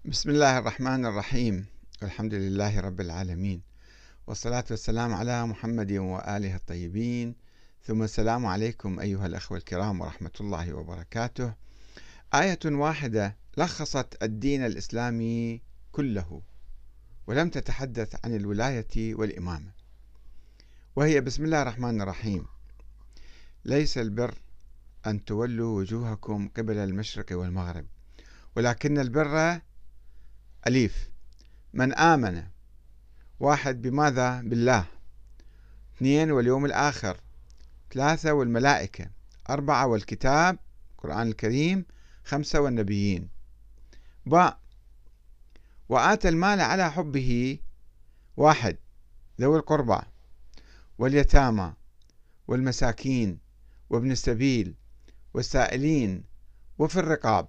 بسم الله الرحمن الرحيم. الحمد لله رب العالمين، والصلاة والسلام على محمد وآله الطيبين، ثم السلام عليكم أيها الأخوة الكرام ورحمة الله وبركاته. آية واحدة لخصت الدين الإسلامي كله ولم تتحدث عن الولاية والإمامة، وهي بسم الله الرحمن الرحيم: ليس البر أن تولوا وجوهكم قبل المشرق والمغرب ولكن البر أليف من آمن. واحد، بماذا؟ بالله. اثنين، واليوم الآخر. ثلاثة، والملائكة. أربعة، والكتاب القرآن الكريم. خمسة، والنبيين. باء، وآتى المال على حبه. واحد، ذوي القربى واليتامى والمساكين وابن السبيل والسائلين وفي الرقاب.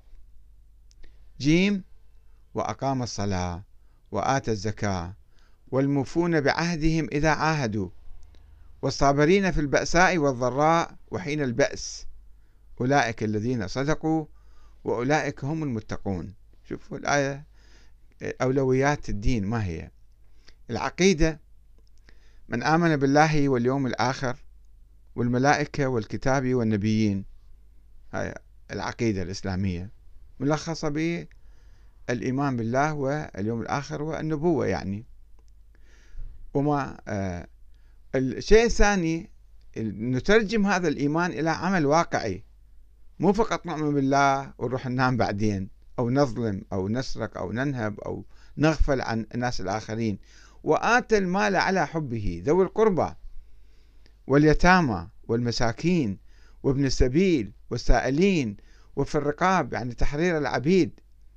جيم، وأقام الصلاة وآتى الزكاة والموفون بعهدهم إذا عاهدوا والصابرين في البأساء والضراء وحين البأس أولئك الذين صدقوا وأولئك هم المتقون. شوفوا الآية، أولويات الدين ما هي؟ العقيدة: من آمن بالله واليوم الآخر والملائكة والكتاب والنبيين. هاي العقيدة الإسلامية ملخصة بالإيمان بالله واليوم الآخر والنبوة يعني. وما الشيء الثاني، نترجم هذا الإيمان إلى عمل واقعي، مو فقط نؤمن بالله ونروح ننام بعدين، أو نظلم أو نسرق أو ننهب أو نغفل عن الناس الآخرين. وآتى المال على حبه، ذوي القربى واليتامى والمساكين وابن السبيل والسائلين وفي الرقاب، يعني تحرير العبيد.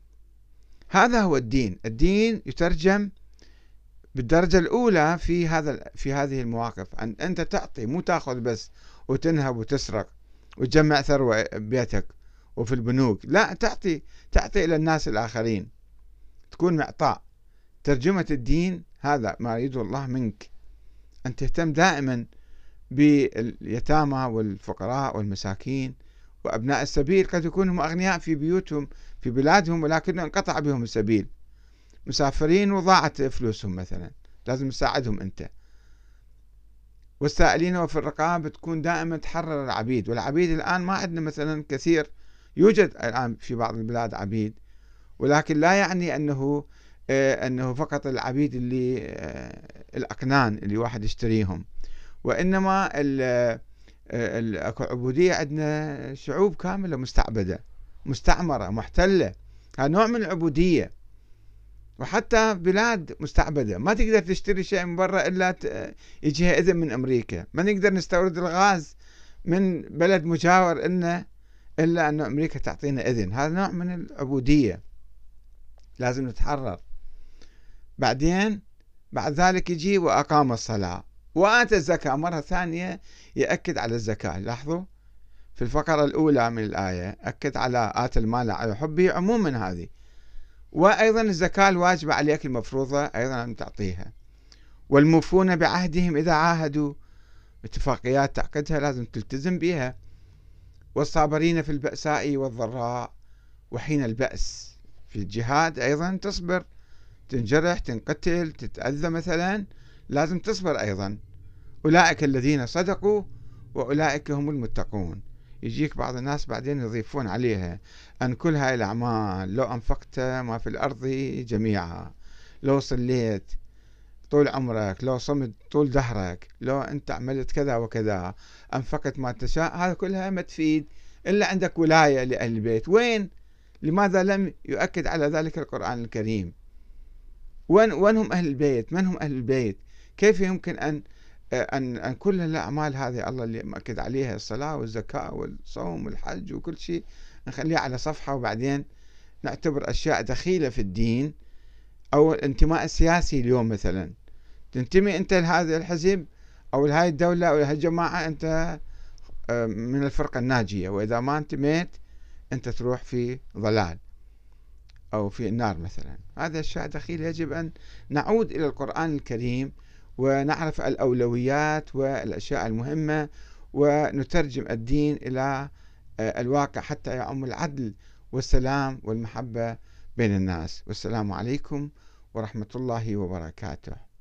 هذا هو الدين. الدين يترجم بالدرجة الأولى في هذه المواقف، أن أنت تعطي، مو تأخذ بس وتنهب وتسرق وتجمع ثروة بيتك وفي البنوك، لا، تعطي إلى الناس الآخرين، تكون معطاء. ترجمة الدين هذا ما يريده الله منك، أن تهتم دائما باليتامى والفقراء والمساكين وأبناء السبيل. قد يكونوا أغنياء في بيوتهم في بلادهم ولكن انقطع بهم السبيل، مسافرين وضاعت فلوسهم مثلا، لازم تساعدهم أنت. والسائلين وفي الرقاب، تكون دائما تحرر العبيد. والعبيد الآن ما عندنا مثلا كثير، يوجد الآن في بعض البلاد عبيد، ولكن لا يعني أنه فقط العبيد اللي الأقنان اللي واحد يشتريهم، وإنما العبودية عندنا شعوب كاملة مستعبدة مستعمرة محتلة، هذا نوع من العبودية. وحتى بلاد مستعبدة ما تقدر تشتري شيء من برا إلا يجيها إذن من أمريكا، ما نقدر نستورد الغاز من بلد مجاور إلا أن أمريكا تعطينا إذن. هذا نوع من العبودية، لازم نتحرر. بعد ذلك يجي وأقام الصلاة وآتى الزكاة. مرة ثانية يأكد على الزكاة. لاحظوا في الفقرة الأولى من الآية أكد على آتى المال على حبه عموما هذه، وأيضا الزكاة الواجبة عليك المفروضة أيضا أن تعطيها. والموفون بعهدهم إذا عاهدوا، اتفاقيات تعقدها لازم تلتزم بها. والصابرين في البأساء والضراء وحين البأس، في الجهاد أيضا تصبر، تنجرح تنقتل تتأذى مثلا، لازم تصبر أيضا. أولئك الذين صدقوا وأولئك هم المتقون. يجيك بعض الناس بعدين يضيفون عليها أن كل هاي الأعمال لو أنفقت ما في الأرض جميعا، لو صليت طول عمرك، لو صمت طول دهرك، لو أنت عملت كذا وكذا، أنفقت ما تشاء، هذا كلها ما تفيد إلا عندك ولاية لأهل البيت. وين؟ لماذا لم يؤكد على ذلك القرآن الكريم؟ وين هم أهل البيت؟ من هم أهل البيت؟ كيف يمكن أن كل الأعمال هذه الله اللي مأكد عليها، الصلاة والزكاة والصوم والحج وكل شيء، نخليها على صفحة وبعدين نعتبر أشياء دخيلة في الدين؟ أو الانتماء السياسي اليوم مثلا، تنتمي أنت لهذا الحزب أو لهذه الدولة أو لهذه الجماعة، أنت من الفرقة الناجية، وإذا ما انتميت أنت تروح في ضلال أو في النار مثلا. هذا أشياء دخيلة. يجب أن نعود إلى القرآن الكريم ونعرف الأولويات والأشياء المهمة، ونترجم الدين إلى الواقع حتى يعم العدل والسلام والمحبة بين الناس. والسلام عليكم ورحمة الله وبركاته.